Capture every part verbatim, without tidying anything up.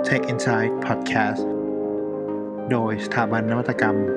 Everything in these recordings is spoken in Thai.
Tech Insight Podcast โดยสถาบันนวัตกรรม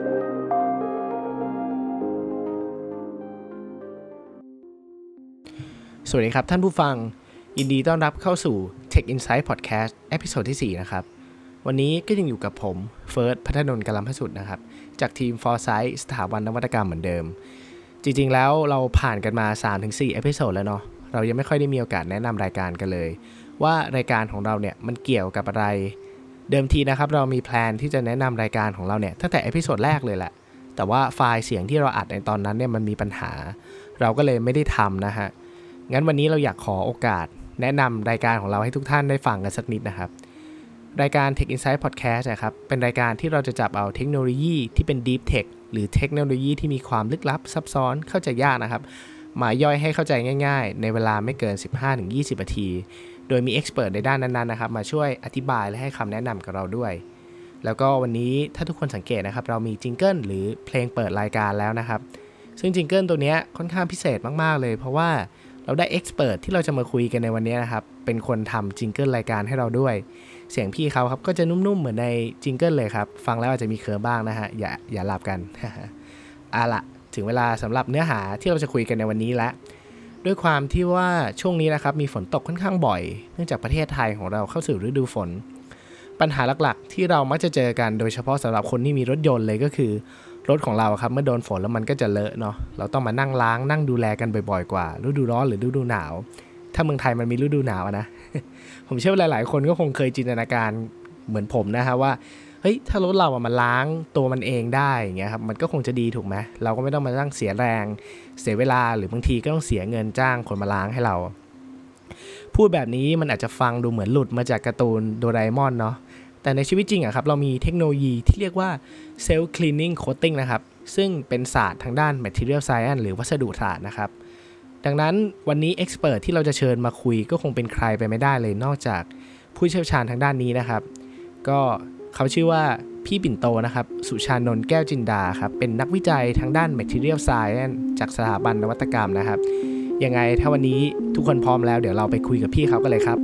สวัสดีครับท่านผู้ฟังยินดีต้อนรับเข้าสู่ Tech Insight Podcast เอพิโซดที่สี่นะครับวันนี้ก็ยังอยู่กับผมเฟิร์สภัทรนนท์กลัมพสุทธิ์นะครับจากทีม Foresight สถาบันนวัตกรรมเหมือนเดิมจริงๆแล้วเราผ่านกันมา สามถึงสี่ เอพิโซดแล้วเนาะเรายังไม่ค่อยได้มีโอกาสแนะนำรายการกันเลยว่ารายการของเราเนี่ยมันเกี่ยวกับอะไรเดิมทีนะครับเรามีแพลนที่จะแนะนำรายการของเราเนี่ยตั้งแต่เอพิโซดแรกเลยแหละแต่ว่าไฟล์เสียงที่เราอัดในตอนนั้นเนี่ยมันมีปัญหาเราก็เลยไม่ได้ทำนะฮะงั้นวันนี้เราอยากขอโอกาสแนะนำรายการของเราให้ทุกท่านได้ฟังกันสักนิดนะครับรายการ Tech Insight Podcast นะครับเป็นรายการที่เราจะจับเอาเทคโนโลยีที่เป็น Deep Tech หรือเทคโนโลยีที่มีความลึกลับซับซ้อนเข้าใจยากนะครับมาย่อยให้เข้าใจง่ายๆในเวลาไม่เกิน สิบห้าถึงยี่สิบ นาทีโดยมี Expert ในด้านนั้นๆนะครับมาช่วยอธิบายและให้คำแนะนำกับเราด้วยแล้วก็วันนี้ถ้าทุกคนสังเกตนะครับเรามีจิงเกิลหรือเพลงเปิดรายการแล้วนะครับซึ่งจิงเกิลตัวนี้ค่อนข้างพิเศษมากๆเลยเพราะว่าเราได้ Expert ที่เราจะมาคุยกันในวันนี้นะครับเป็นคนทำจิงเกิลรายการให้เราด้วยเสียงพี่เขาครับก็จะนุ่มๆเหมือนในจิงเกิลเลยครับฟังแล้วอาจจะมีเคิร์มบ้างนะฮะอย่าอย่าหลับกัน เอาล่ะถึงเวลาสำหรับเนื้อหาที่เราจะคุยกันในวันนี้แล้วด้วยความที่ว่าช่วงนี้นะครับมีฝนตกค่อนข้างบ่อยเนื่องจากประเทศไทยของเราเข้าสู่ฤดูฝนปัญหาหลักๆที่เรามักจะเจอกันโดยเฉพาะสำหรับคนที่มีรถยนต์เลยก็คือรถของเราครับเมื่อโดนฝนแล้วมันก็จะเลอะเนาะเราต้องมานั่งล้างนั่งดูแลกันบ่อยๆกว่าฤดูร้อนหรือฤดูหนาวถ้าเมืองไทยมันมีฤดูหนาวนะ ผมเชื่อว่าหลายๆคนก็คงเคยจินตนาการเหมือนผมนะฮะว่าเฮ้ยถ้ารถเราอะมันล้างตัวมันเองได้อย่างเงี้ยครับมันก็คงจะดีถูกไหมเราก็ไม่ต้องมานั่งเสียแรงเสียเวลาหรือบางทีก็ต้องเสียเงินจ้างคนมาล้างให้เราพูดแบบนี้มันอาจจะฟังดูเหมือนหลุดมาจากการ์ตูนโดราเอมอนเนาะแต่ในชีวิตจริงอะครับเรามีเทคโนโลยีที่เรียกว่า Self Cleaning Coating นะครับซึ่งเป็นศาสตร์ทางด้าน Material Science หรือวัสดุศาสตร์นะครับดังนั้นวันนี้ Expert ที่เราจะเชิญมาคุยก็คงเป็นใครไปไม่ได้เลยนอกจากผู้เชี่ยวชาญทางด้านนี้นะครับก็เขาชื่อว่าพี่ปิ่นโตนะครับสุชานนท์แก้วจินดาครับเป็นนักวิจัยทางด้าน Material Science จากสถาบันนวัตกรรมนะครับยังไงถ้าวันนี้ทุกคนพร้อมแล้วเดี๋ยวเราไปคุยกับพี่เขากันเลยครับ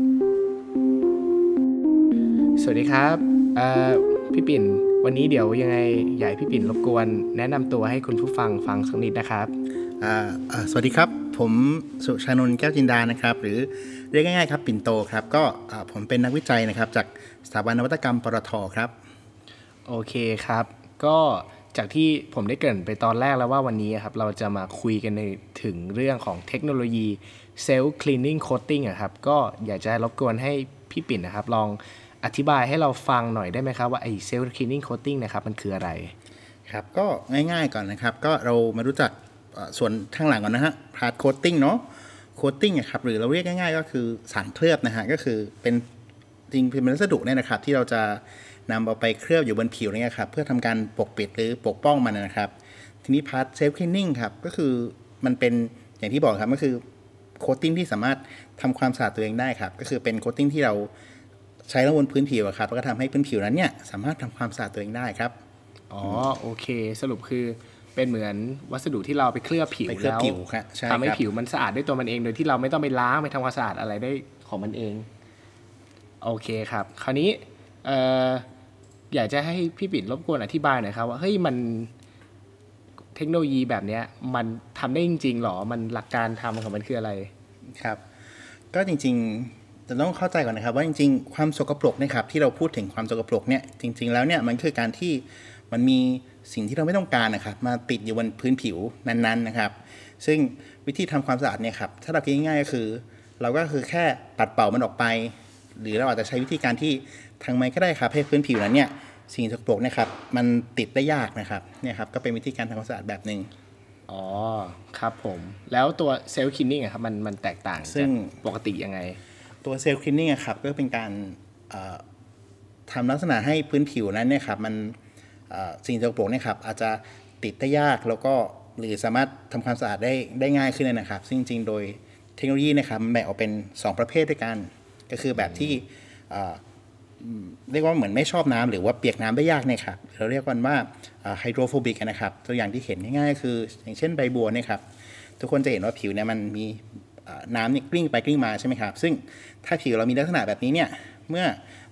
สวัสดีครับพี่ปิ่นวันนี้เดี๋ยวยังไงอยากให้พี่ปิ่นรบกวนแนะนำตัวให้คุณผู้ฟังฟังสักนิดนะครับสวัสดีครับผมสุชานนท์แก้วจินดานะครับหรือเรียกง่ายๆครับปิ่นโตครับก็ผมเป็นนักวิจัยนะครับจากสถาบันนวัตกรรมปตท.ครับโอเคครับก็จากที่ผมได้เกริ่นไปตอนแรกแล้วว่าวันนี้ครับเราจะมาคุยกันในถึงเรื่องของเทคโนโลยี Self Cleaning Coating อ่ะครับก็อยากจะรบกวนให้พี่ปิ่นนะครับลองอธิบายให้เราฟังหน่อยได้ไหมครับว่าไอ้ Self Cleaning Coating นะครับมันคืออะไรครับก็ง่ายๆก่อนนะครับก็เรามารู้จักส่วนข้างหลังก่อนนะฮะ hard coating เนาะ coating อ่ะครับหรือเราเรียกง่ายๆก็คือสารเคลือบนะฮะก็คือเป็นจริงเป็นวัสดุเนี่ยนะครับที่เราจะนำเอาไปเคลือบอยู่บนผิวนี่ครับเพื่อทำการปกปิดหรือปกป้องมันนะครับทีนี้ part self cleaning ครับก็คือมันเป็นอย่างที่บอกครับก็คือ coating ที่สามารถทำความสะอาดตัวเองได้ครับก็คือเป็น coating ที่เราใช้ลงบนพื้นผิวครับแล้วก็ทำให้พื้นผิวนั้นเนี่ยสามารถทำความสะอาดตัวเองได้ครับอ๋อโอเคสรุปคือเป็นเหมือนวัสดุที่เราไปเคลือบผิวแล้วทำให้ผิวมันสะอาดด้วยตัวมันเองโดยที่เราไม่ต้องไปล้างไปทำความสะอาดอะไรได้ของมันเองโอเคครับคราวนี้เอ่ออยากจะให้พี่ปิ่นรบกวนอธิบายหน่อยครับว่าเฮ้ยมันเทคโนโลยีแบบนี้มันทำได้จริงๆหรอมันหลักการทำของมันคืออะไรครับก็จริงๆจะต้องเข้าใจก่อนนะครับว่าจริงๆความสกปรกนะครับที่เราพูดถึงความสกปรกเนี่ยจริงๆแล้วเนี่ยมันคือการที่มันมีสิ่งที่เราไม่ต้องการนะครับมาติดอยู่บนพื้นผิวนั้นๆนะครับซึ่งวิธีทำความสะอาดเนี่ยครับถ้าเราคิดง่ายๆก็คือเราก็คือแค่ปัดเป่ามันออกไปหรือเราอาจจะใช้วิธีการที่ทางไม้ก็ได้ครับให้พื้นผิวนั้นเนี่ยสิ่งสกปรกนะครับมันติดได้ยากนะครับเนี่ยครับก็เป็นวิธีการทำความสะอาดแบบนึงอ๋อครับผมแล้วตัวเซลล์คลีนนิ่งครับมันมันแตกต่างจากปกติยังไงตัวเซลล์คลีนนิ่งครับก็เป็นการทำลักษณะให้พื้นผิวนั้นเนี่ยครับมันสิ่งสกปรกเนี่ยครับอาจจะติดได้ยากแล้วก็หรือสามารถทำความสะอาดได้ได้ง่ายขึ้นนะครับซึ่งจริงๆโดยเทคโนโลยีนะครับมันแบ่งออกเป็นสองประเภทด้วยกันก็คือแบบที่เรียกว่าเหมือนไม่ชอบน้ำหรือว่าเปียกน้ำได้ยากเนี่ยครับเราเรียกกันว่าไฮโดรโฟบิกนะครับตัวอย่างที่เห็นง่ายๆคืออย่างเช่นใบบัวเนี่ยครับทุกคนจะเห็นว่าผิวเนี่ยมันมีน้ำเนี่ยกลิ้งไปกลิ้งมาใช่ไหมครับซึ่งถ้าผิวเรามีลักษณะแบบนี้เนี่ยเมื่อ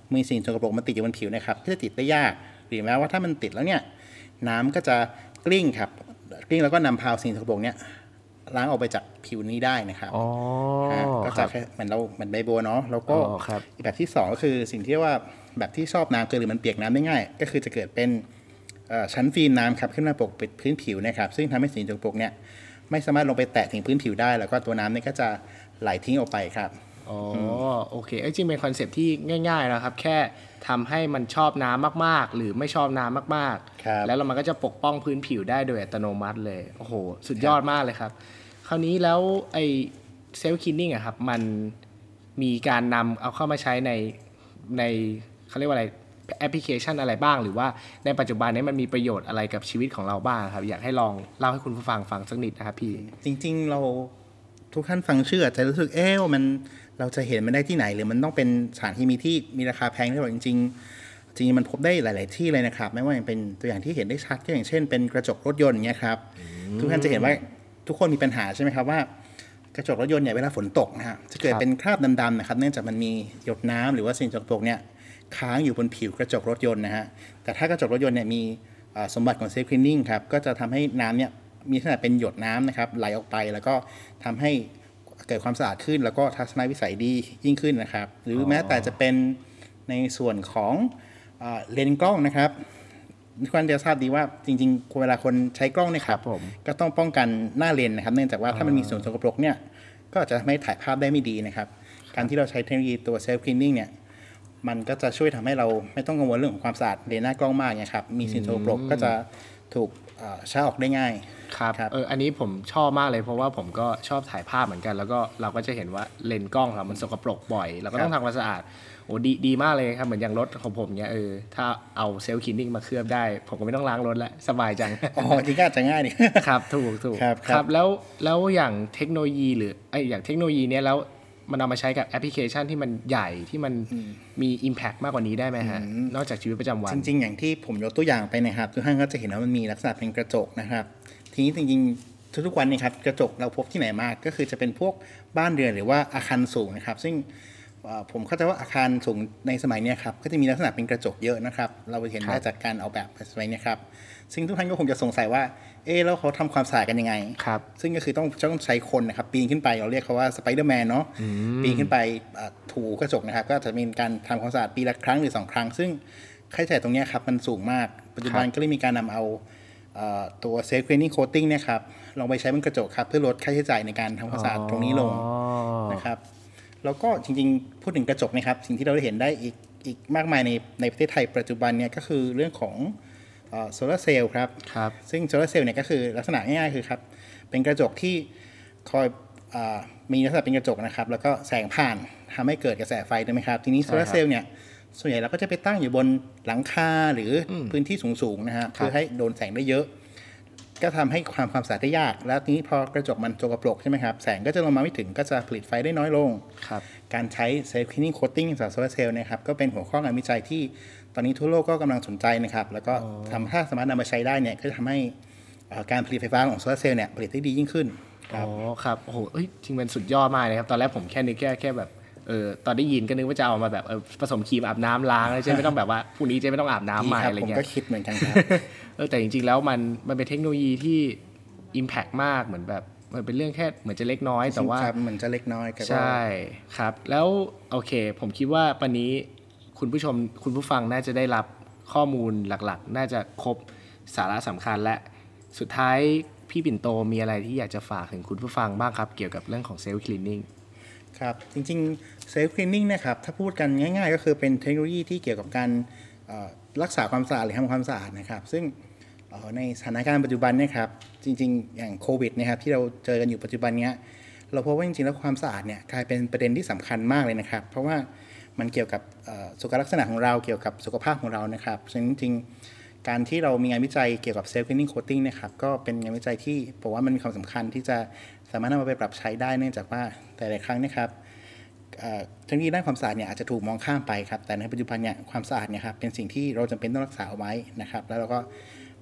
มีสิ่งสกปรกมันติดอยู่บนผิวนะครับก็จะติดได้ยากหรือแม้ว่าถ้ามันติดแล้วเนี่ยน้ำก็จะกลิ้งครับกลิ้งแล้วก็นำพาสิ่งสกปรกเนี่ยล้างออกไปจากผิวนี้ได้นะครับอ๋อก็จะแค่เหมือนเราเหมือนใบบัวเนาะแล้วก็อีกแบบที่สองก็คือสิ่งที่เรียกว่าแบบที่ชอบน้ำเกินหรือมันเปียกน้ำได้ง่ายก็คือจะเกิดเป็นชั้นฟิล์มน้ำครับขึ้นมาปกปิดพื้นผิวนะครับซึ่งทำให้สิ่งสกปรกเนี่ยไม่สามารถลงไปแตะถึงพื้นผิวได้แล้วก็ตัวน้ำเนี่ยก็จะไหลทิ้งออกไปครับอ๋อโอเคจริงเป็นคอนเซ็ปต์ที่ง่ายๆนะครับแค่ทำให้มันชอบน้ำมากๆหรือไม่ชอบน้ำมากๆแล้วมันก็จะปกป้องพื้นผิวได้โดยอัตโนมัติเลยโอ้โหสุดยอดมากเลยครับคราวนี้แล้วไอเซลฟ์คลีนนิ่งอะครับมันมีการนำเอาเข้ามาใช้ในในเขาเรียกว่าอะไรแอปพลิเคชันอะไรบ้างหรือว่าในปัจจุบันนี้มันมีประโยชน์อะไรกับชีวิตของเราบ้างครับอยากให้ลองเล่าให้คุณผู้ฟังฟังสักนิดนะครับพี่จริงๆเราทุกท่านฟังชื่ออาจจะรู้สึกเอ๊ะว่ามันเราจะเห็นมันได้ที่ไหนหรือมันต้องเป็นสถานที่มีที่มีราคาแพงหรือเปล่าจริงๆจริงๆมันพบได้หลายๆที่เลยนะครับไม่ว่าจะเป็นตัวอย่างที่เห็นได้ชัดก็อย่างเช่นเป็นกระจกรถยนต์เงี้ยครับทุกท่านจะเห็นว่าทุกคนมีปัญหาใช่ไหมครับว่ากระจกรถยนต์เนี่ยเวลาฝนตกนะฮะจะเกิดเป็นคราบดำๆนะครับเนื่องจากมันมีหยดน้ำหรือว่าสิ่งสกปรกเนี่ยค้างอยู่บนผิวกระจกรถยนต์นะฮะแต่ถ้ากระจกรถยนต์เนี่ยมีสมบัติของเซฟคลีนนิ่งครับก็จะทำให้น้ำเนี่ยมีขนาดเป็นหยดน้ำนะครับไหลออกไปแล้วก็ทำให้เกิดความสะอาดขึ้นแล้วก็ทัศนวิสัยดียิ่งขึ้นนะครับหรือแม้แต่จะเป็นในส่วนของเลนส์กล้องนะครับทุกท่านจะทราบดีว่าจริงๆเวลาคนใช้กล้องเนี่ยครับก็ต้องป้องกันหน้าเลนส์นะครับเนื่องจากว่าถ้ามันมีส่วนสกปรกเนี่ยก็จะทำให้ถ่ายภาพได้ไม่ดีนะครับการที่เราใช้เทคโนโลยีตัวเซลฟ์คลีนนิ่งเนี่ยมันก็จะช่วยทำให้เราไม่ต้องกังวลเรื่องของความสะอาดเลนส์หน้ากล้องมากนะครับมีสิ่งสกปรกก็จะถูกช้าออกได้ง่ายครับเอออันนี้ผมชอบมากเลยเพราะว่าผมก็ชอบถ่ายภาพเหมือนกันแล้วก็เราก็จะเห็นว่าเลนส์กล้องเรามันสกปรกบ่อยเราก็ต้องทำความสะอาดโอ้ดีดีมากเลยครับเหมือนอย่างรถของผมเนี้ยเออถ้าเอาเซลล์คลีนนิ่งมาเคลือบได้ผมก็ไม่ต้องล้างรถแล้วสบายจังอ๋อจริงก็จะง่ายดิครับถูกถูกครับแล้วแล้วอย่างเทคโนโลยีหรือไออย่างเทคโนโลยีเนี้ยแล้วมันเอามาใช้กับแอปพลิเคชันที่มันใหญ่ที่มันมี impact มากกว่านี้ได้ไหมฮะนอกจากชีวิตประจำวันจริงๆอย่างที่ผมยกตัวอย่างไปนะครับทุกท่านก็จะเห็นว่ามันมีลักษณะเป็นกระจกนะครับทีนี้จริงๆทุกๆวันนี้ครับกระจกเราพบที่ไหนมากก็คือจะเป็นพวกบ้านเรือนหรือว่าอาคารสูงนะครับซึ่งผมเข้าใจว่าอาคารสูงในสมัยนี้ครับก็จะมีลักษณะเป็นกระจกเยอะนะครับเราเห็นได้จากการออกแบบสมัยนี้ครับซึ่งทุกท่านก็คงจะสงสัยว่าเออแล้วเขาทำความสะอาดกันยังไงครับซึ่งก็คือต้องต้องใช้คนนะครับปีนขึ้นไปเราเรียกเขาว่าสไปเดอร์แมนเนาะปีนขึ้นไปถูกระจกนะครับก็จะมีการทำความสะอาดปีละครั้งหรือสองครั้งซึ่งค่าใช้จ่ายตรงนี้ครับมันสูงมากปัจจุบันก็เลยมีการนำเอาตัวเซฟคลีนนิ่งโคตติ้งเนี่ยครับลองไปใช้บนกระจกครับเพื่อลดค่าใช้จ่ายในการทำความสะอาดตรงนี้ลงนะครับแล้วก็จริงๆพูดถึงกระจกนะครับสิ่งที่เราได้เห็นได้อีกอีกมากมายในในประเทศไทยปัจจุบันเนี่ยก็คือเรื่องของโซลาร์เซลล์ครับครับซึ่งโซลาร์เซลล์เนี่ยก็คือลักษณะง่ายๆคือครับเป็นกระจกที่คอยมีลักษณะเป็นกระจกนะครับแล้วก็แสงผ่านทำให้เกิดกระแสไฟใช่ไหมครับทีนี้โซลาร์เซลล์เนี่ยส่วนใหญ่เราก็จะไปตั้งอยู่บนหลังคาหรือพื้นที่สูงๆนะฮะเพื่อให้โดนแสงได้เยอะก็ทำให้ความความสะอาดได้ยากแล้วทีนี้พอกระจกมันสกปรกใช่ไหมครับแสงก็จะลงมาไม่ถึงก็จะผลิตไฟได้น้อยลงการใช้เซลฟ์คลีนนิ่งโคตติ้งจากโซลาร์เซลล์นะครับก็เป็นหัวข้องานวิจัยที่ตอนนี้ทั่วโลกก็กำลังสนใจนะครับแล้วก็ทำถ้าสามารถนำมาใช้ได้เนี่ยก็จะทำให้การผลิตไฟฟ้าของโซลาร์เซลล์เนี่ยผลิตได้ดียิ่งขึ้นอ๋อครับโอ้โหเอ้ยจริงเป็นสุดยอดมากเลยครับตอนแรกผมแค่นึกแค่แค่แบบเออตอนได้ยินก็นึกว่าจะเอามาแบบเออผสมครีมอาบน้ำล้างใช่ไม่ต้องแบบว่าพรุ่งนี้จะไม่ต้องอาบน้ำใหม่อะไรเงี้ยผมก็คิดเหมือนกันครับเออแต่จริงๆแล้วมันมันเป็นเทคโนโลยีที่ impact มากเหมือนแบบมันเป็นเรื่องแค่เหมือนจะเล็กน้อยแต่ว่าเหมือนจะเล็กน้อยใช่ครับแล้วโอเคผมคิดว่าวันนี้คุณผู้ชมคุณผู้ฟังน่าจะได้รับข้อมูลหลักๆน่าจะครบสาระสำคัญและสุดท้ายพี่ปิ่นโตมีอะไรที่อยากจะฝากถึงคุณผู้ฟังบ้างครับเกี่ยวกับเรื่องของเซลฟ์คลีนนิ่งครับจริงๆเซลฟ์คลีนนิ่งนะครับถ้าพูดกันง่ายๆก็คือเป็นเทคโนโลยีที่เกี่ยวกับการรักษาความสะอาดหรือทำความสะอาดนะครับซึ่งในสถานการณ์ปัจจุบันเนี่ยครับจริงๆอย่างโควิดนะครับที่เราเจอกันอยู่ปัจจุบันนี้เราพบว่าจริงๆแล้วความสะอาดเนี่ยกลายเป็นประเด็นที่สำคัญมากเลยนะครับเพราะว่ามันเกี่ยวกับสุขลักษณะของเราเกี่ยวกับสุขภาพของเรานะครับฉะนั้นจริงๆการที่เรามีงานวิจัยเกี่ยวกับเซลฟ์คลีนนิ่งโคตติ้งนะครับก็เป็นงานวิจัยที่ผมว่ามันมีความสำคัญที่จะสามารถนำมาไปปรับใช้ได้เนื่องจากว่าแต่หลายครั้งนะครับเทคโนโลยีด้านความสะอาดเนี่ยอาจจะถูกมองข้ามไปครับแต่ในปัจจุบันเนี่ยความสะอาดเนี่ยครับเป็นสิ่งที่เราจำเป็นต้องรักษาเอาไว้นะครับแล้วเราก็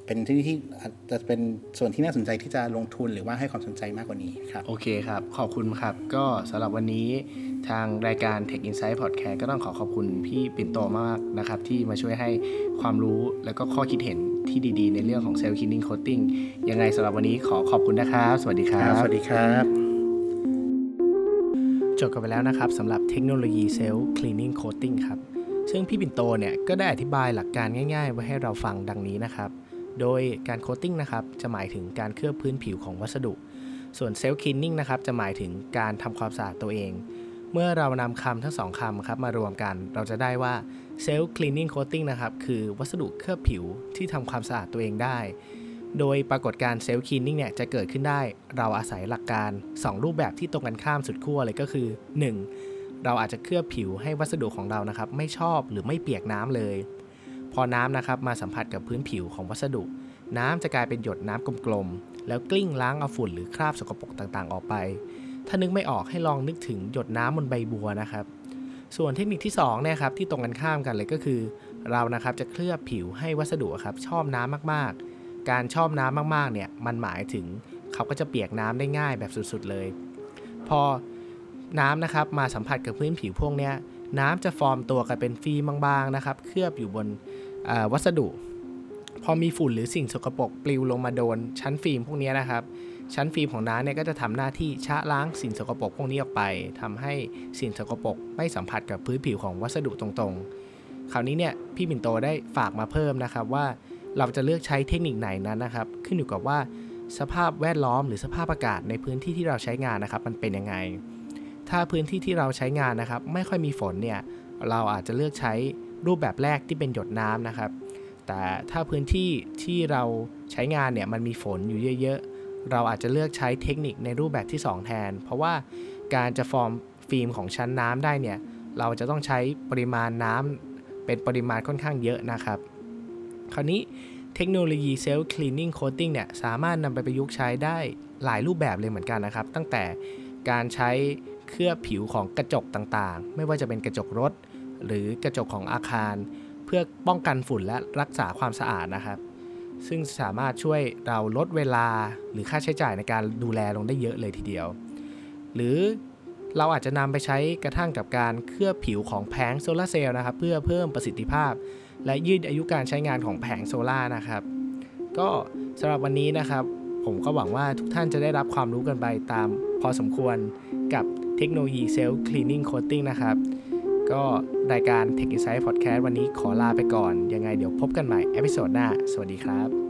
เป็นที่ที่อาจจะเป็นส่วนที่น่าสนใจที่จะลงทุนหรือว่าให้ความสนใจมากกว่านี้ครับโอเคครับขอบคุณครับก็สำหรับวันนี้ทางรายการ Tech Insight Podcast ก็ต้องขอขอบคุณพี่ปิ่นโตมากนะครับที่มาช่วยให้ความรู้แล้วก็ข้อคิดเห็นที่ดีๆในเรื่องของ Self Cleaning Coating ยังไงสำหรับวันนี้ขอขอบคุณนะครับสวัสดีครับสวัสดีครับจบกันไปแล้วนะครับสำหรับเทคโนโลยี Self Cleaning Coating ครับซึ่งพี่ปิ่นโตเนี่ยก็ได้อธิบายหลักการง่ายๆไว้ให้เราฟังดังนี้นะครับโดยการโคตติ้งนะครับจะหมายถึงการเคลือบพื้นผิวของวัสดุส่วนเซลฟ์คลีนนิ่งนะครับจะหมายถึงการทำความสะอาดตัวเองเมื่อเรานำคำทั้งสองคำครับมารวมกันเราจะได้ว่าเซลฟ์คลีนนิ่งโคตติ้งนะครับคือวัสดุเคลือบผิวที่ทำความสะอาดตัวเองได้โดยปรากฏการณ์เซลฟ์คลีนนิ่งเนี่ยจะเกิดขึ้นได้เราอาศัยหลักการสองรูปแบบที่ตรงกันข้ามสุดขั้วเลยก็คือหนึ่งเราอาจจะเคลือบผิวให้วัสดุของเรานะครับไม่ชอบหรือไม่เปียกน้ำเลยพอน้ำนะครับมาสัมผัสกับพื้นผิวของวัสดุน้ำจะกลายเป็นหยดน้ำกลมๆแล้วกลิ้งล้างเอาฝุ่นหรือคราบสกปรกต่างๆออกไปถ้านึกไม่ออกให้ลองนึกถึงหยดน้ำบนใบบัวนะครับส่วนเทคนิคที่สองเนี่ยครับที่ตรงกันข้ามกันเลยก็คือเรานะครับจะเคลือบผิวให้วัสดุครับชอบน้ำมากๆการชอบน้ำมากๆเนี่ยมันหมายถึงเขาก็จะเปียกน้ำได้ง่ายแบบสุดๆเลยพอน้ำนะครับมาสัมผัสกับพื้นผิวพวกนี้น้ำจะฟอร์มตัวกันเป็นฟิล์มบางๆนะครับเคลือบอยู่บนวัสดุพอมีฝุ่นหรือสิ่งสกปรกปลิวลงมาโดนชั้นฟิล์มพวกนี้นะครับชั้นฟิล์มของน้ำเนี่ยก็จะทำหน้าที่ชะล้างสิ่งสกปรกพวกนี้ออกไปทำให้สิ่งสกปรกไม่สัมผัสกับพื้นผิวของวัสดุตรงๆคราวนี้เนี่ยพี่ปิ่นโตได้ฝากมาเพิ่มนะครับว่าเราจะเลือกใช้เทคนิคไหนนั้นนะครับขึ้นอยู่กับว่าสภาพแวดล้อมหรือสภาพอากาศในพื้นที่ที่เราใช้งานนะครับมันเป็นยังไงถ้าพื้นที่ที่เราใช้งานนะครับไม่ค่อยมีฝนเนี่ยเราอาจจะเลือกใช้รูปแบบแรกที่เป็นหยดน้ำนะครับแต่ถ้าพื้นที่ที่เราใช้งานเนี่ยมันมีฝนอยู่เยอะๆเราอาจจะเลือกใช้เทคนิคในรูปแบบที่สองแทนเพราะว่าการจะฟอร์มฟิล์มของชั้นน้ำได้เนี่ยเราจะต้องใช้ปริมาณน้ำเป็นปริมาณค่อนข้างเยอะนะครับคราวนี้เทคโนโลยี Self Cleaning Coating เนี่ยสามารถนำไปประยุกต์ใช้ได้หลายรูปแบบเลยเหมือนกันนะครับตั้งแต่การใช้เคลือบผิวของกระจกต่างๆไม่ว่าจะเป็นกระจกรถหรือกระจกของอาคารเพื่อป้องกันฝุ่นและรักษาความสะอาดนะครับซึ่งสามารถช่วยเราลดเวลาหรือค่าใช้จ่ายในการดูแลลงได้เยอะเลยทีเดียวหรือเราอาจจะนำไปใช้กระทั่งกับการเคลือบผิวของแผงโซลาร์เซลล์นะครับเพื่อเพิ่มประสิทธิภาพและยืดอายุการใช้งานของแผงโซล่านะครับก็สำหรับวันนี้นะครับผมก็หวังว่าทุกท่านจะได้รับความรู้กันไปตามพอสมควรกับเทคโนโลยี Self Cleaning Coating นะครับก็รายการ Tech Insight Podcast วันนี้ขอลาไปก่อนยังไงเดี๋ยวพบกันใหม่เอพิโซดหน้าสวัสดีครับ